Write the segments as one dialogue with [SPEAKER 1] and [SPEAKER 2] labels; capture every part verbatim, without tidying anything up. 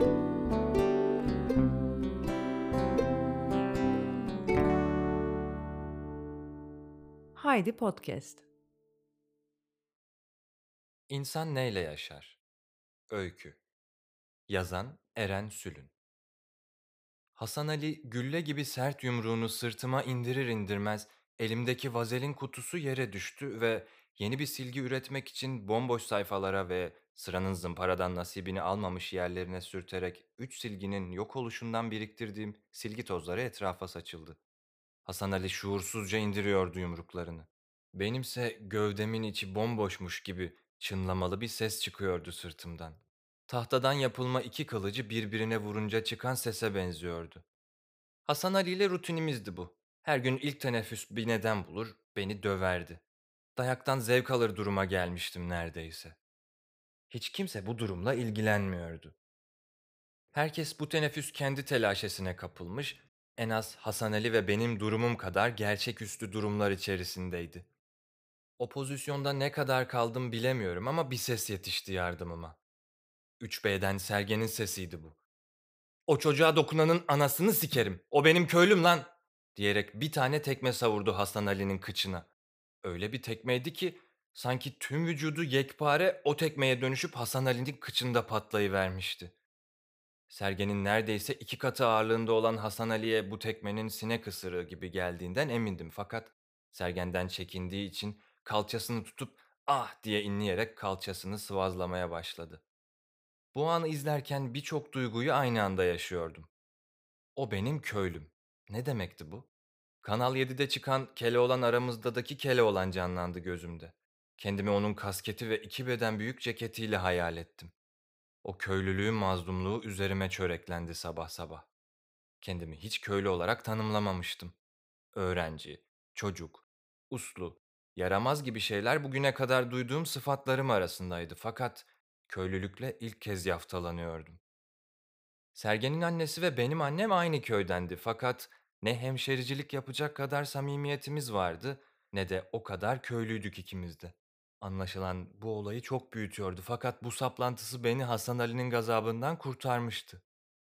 [SPEAKER 1] Haydi Podcast.
[SPEAKER 2] İnsan neyle yaşar? Öykü. Yazan Eren Sülün. Hasan Ali gülle gibi sert yumruğunu sırtıma indirir indirmez elimdeki vazelin kutusu yere düştü ve yeni bir silgi üretmek için bomboş sayfalara ve sıranın zımparadan nasibini almamış yerlerine sürterek üç silginin yok oluşundan biriktirdiğim silgi tozları etrafa saçıldı. Hasan Ali şuursuzca indiriyordu yumruklarını. Benimse gövdemin içi bomboşmuş gibi çınlamalı bir ses çıkıyordu sırtımdan. Tahtadan yapılma iki kılıcı birbirine vurunca çıkan sese benziyordu. Hasan Ali ile rutinimizdi bu. Her gün ilk teneffüs bir neden bulur, beni döverdi. Dayaktan zevk alır duruma gelmiştim neredeyse. Hiç kimse bu durumla ilgilenmiyordu. Herkes bu teneffüs kendi telaşesine kapılmış, en az Hasan Ali ve benim durumum kadar gerçeküstü durumlar içerisindeydi. O pozisyonda ne kadar kaldım bilemiyorum ama bir ses yetişti yardımıma. üç B'den Sergen'in sesiydi bu. "O çocuğa dokunanın anasını sikerim. O benim köylüm lan!" diyerek bir tane tekme savurdu Hasan Ali'nin kıçına. Öyle bir tekmeydi ki sanki tüm vücudu yekpare o tekmeye dönüşüp Hasan Ali'nin kıçında patlayıvermişti. Sergen'in neredeyse iki katı ağırlığında olan Hasan Ali'ye bu tekmenin sinek ısırığı gibi geldiğinden emindim. Fakat Sergen'den çekindiği için kalçasını tutup "ah" diye inleyerek kalçasını sıvazlamaya başladı. Bu anı izlerken birçok duyguyu aynı anda yaşıyordum. O benim köylüm. Ne demekti bu? Kanal yedide çıkan Keloğlan aramızdadaki Keloğlan canlandı gözümde. Kendimi onun kasketi ve iki beden büyük ceketiyle hayal ettim. O köylülüğün mazlumluğu üzerime çöreklendi sabah sabah. Kendimi hiç köylü olarak tanımlamamıştım. Öğrenci, çocuk, uslu, yaramaz gibi şeyler bugüne kadar duyduğum sıfatlarım arasındaydı fakat köylülükle ilk kez yaftalanıyordum. Sergen'in annesi ve benim annem aynı köydendi fakat ne hemşericilik yapacak kadar samimiyetimiz vardı ne de o kadar köylüydük ikimiz de. Anlaşılan bu olayı çok büyütüyordu fakat bu saplantısı beni Hasan Ali'nin gazabından kurtarmıştı.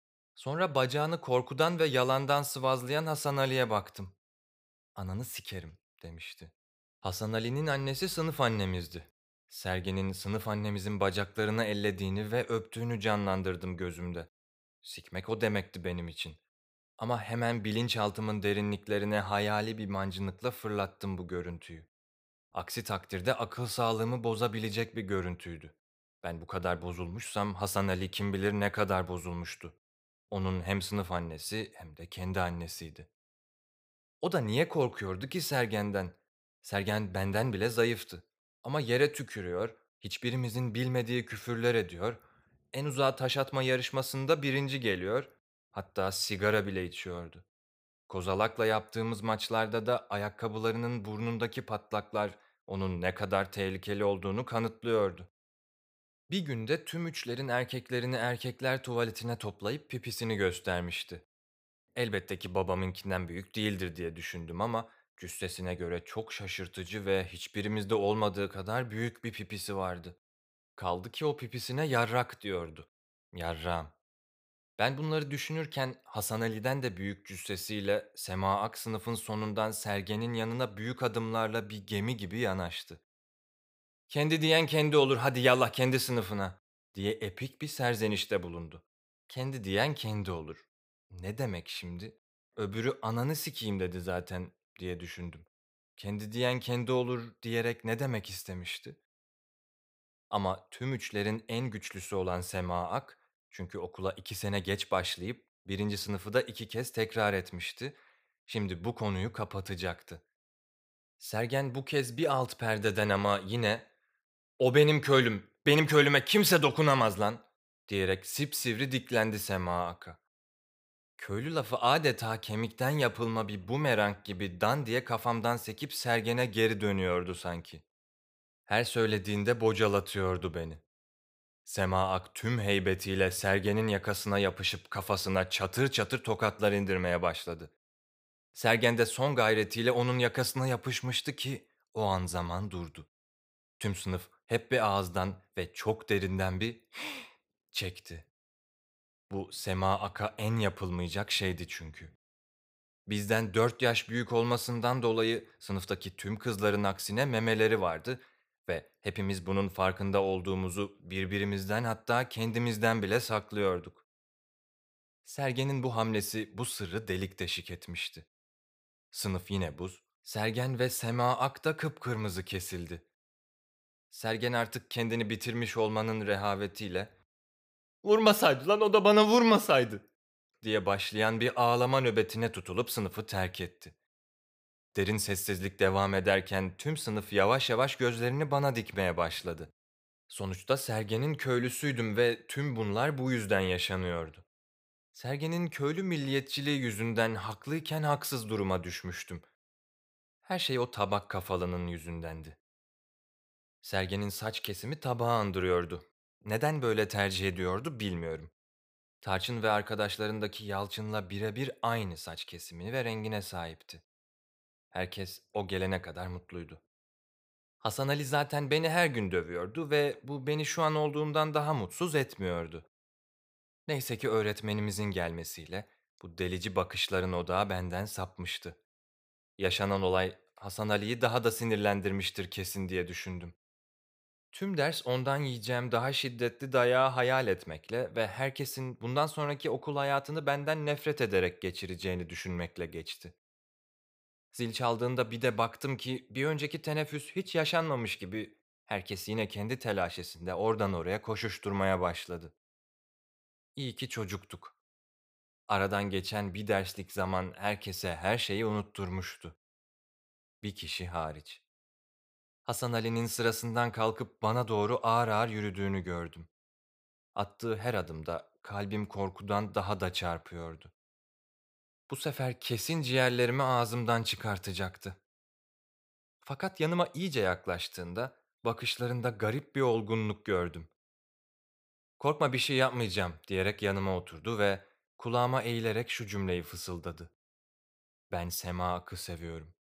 [SPEAKER 2] Sonra bacağını korkudan ve yalandan sıvazlayan Hasan Ali'ye baktım. "Ananı sikerim," demişti. Hasan Ali'nin annesi sınıf annemizdi. Sergen'in sınıf annemizin bacaklarını ellediğini ve öptüğünü canlandırdım gözümde. Sikmek o demekti benim için. Ama hemen bilinçaltımın derinliklerine hayali bir mancınıkla fırlattım bu görüntüyü. Aksi takdirde akıl sağlığımı bozabilecek bir görüntüydü. Ben bu kadar bozulmuşsam Hasan Ali kim bilir ne kadar bozulmuştu. Onun hem sınıf annesi hem de kendi annesiydi. O da niye korkuyordu ki Sergen'den? Sergen benden bile zayıftı. Ama yere tükürüyor, hiçbirimizin bilmediği küfürler ediyor, en uzağa taş atma yarışmasında birinci geliyor, hatta sigara bile içiyordu. Kozalak'la yaptığımız maçlarda da ayakkabılarının burnundaki patlaklar onun ne kadar tehlikeli olduğunu kanıtlıyordu. Bir günde tüm üçlerin erkeklerini erkekler tuvaletine toplayıp pipisini göstermişti. Elbette ki babamınkinden büyük değildir diye düşündüm ama cüssesine göre çok şaşırtıcı ve hiçbirimizde olmadığı kadar büyük bir pipisi vardı. Kaldı ki o pipisine yarrak diyordu. Yarrağım. Ben bunları düşünürken Hasan Ali'den de büyük cüssesiyle Sema Ak sınıfın sonundan Sergen'in yanına büyük adımlarla bir gemi gibi yanaştı. "Kendi diyen kendi olur, hadi yallah kendi sınıfına," diye epik bir serzenişte bulundu. Kendi diyen kendi olur. Ne demek şimdi? Öbürü "ananı sikeyim" dedi zaten diye düşündüm. Kendi diyen kendi olur diyerek ne demek istemişti? Ama tüm üçlerin en güçlüsü olan Sema Ak, çünkü okula iki sene geç başlayıp birinci sınıfı da iki kez tekrar etmişti. Şimdi bu konuyu kapatacaktı. Sergen bu kez bir alt perdeden ama yine "o benim köylüm, benim köylüme kimse dokunamaz lan," diyerek sipsivri diklendi Sema Ak'a. Köylü lafı adeta kemikten yapılma bir bumerang gibi dan diye kafamdan sekip Sergen'e geri dönüyordu sanki. Her söylediğinde bocalatıyordu beni. Sema Ak tüm heybetiyle Sergen'in yakasına yapışıp kafasına çatır çatır tokatlar indirmeye başladı. Sergen de son gayretiyle onun yakasına yapışmıştı ki o an zaman durdu. Tüm sınıf hep bir ağızdan ve çok derinden bir çekti. Bu Sema Ak'a en yapılmayacak şeydi çünkü. Bizden dört yaş büyük olmasından dolayı sınıftaki tüm kızların aksine memeleri vardı ve hepimiz bunun farkında olduğumuzu birbirimizden, hatta kendimizden bile saklıyorduk. Sergen'in bu hamlesi bu sırrı delik deşik etmişti. Sınıf yine buz, Sergen ve Sema Ak da kıpkırmızı kesildi. Sergen artık kendini bitirmiş olmanın rehavetiyle "Vurmasaydı lan, o da bana vurmasaydı" diye başlayan bir ağlama nöbetine tutulup sınıfı terk etti. Derin sessizlik devam ederken tüm sınıf yavaş yavaş gözlerini bana dikmeye başladı. Sonuçta Sergen'in köylüsüydüm ve tüm bunlar bu yüzden yaşanıyordu. Sergen'in köylü milliyetçiliği yüzünden haklıyken haksız duruma düşmüştüm. Her şey o tabak kafalının yüzündendi. Sergen'in saç kesimi tabağı andırıyordu. Neden böyle tercih ediyordu bilmiyorum. Tarçın ve arkadaşlarındaki Yalçın'la birebir aynı saç kesimini ve rengine sahipti. Herkes o gelene kadar mutluydu. Hasan Ali zaten beni her gün dövüyordu ve bu beni şu an olduğumdan daha mutsuz etmiyordu. Neyse ki öğretmenimizin gelmesiyle bu delici bakışların odağı benden sapmıştı. Yaşanan olay Hasan Ali'yi daha da sinirlendirmiştir kesin diye düşündüm. Tüm ders ondan yiyeceğim daha şiddetli dayağı hayal etmekle ve herkesin bundan sonraki okul hayatını benden nefret ederek geçireceğini düşünmekle geçti. Zil çaldığında bir de baktım ki bir önceki teneffüs hiç yaşanmamış gibi herkes yine kendi telaşesinde oradan oraya koşuşturmaya başladı. İyi ki çocuktuk. Aradan geçen bir derslik zaman herkese her şeyi unutturmuştu. Bir kişi hariç. Hasan Ali'nin sırasından kalkıp bana doğru ağır ağır yürüdüğünü gördüm. Attığı her adımda kalbim korkudan daha da çarpıyordu. Bu sefer kesin ciğerlerimi ağzımdan çıkartacaktı. Fakat yanıma iyice yaklaştığında bakışlarında garip bir olgunluk gördüm. "Korkma, bir şey yapmayacağım" diyerek yanıma oturdu ve kulağıma eğilerek şu cümleyi fısıldadı: "Ben Sema Ak'ı seviyorum."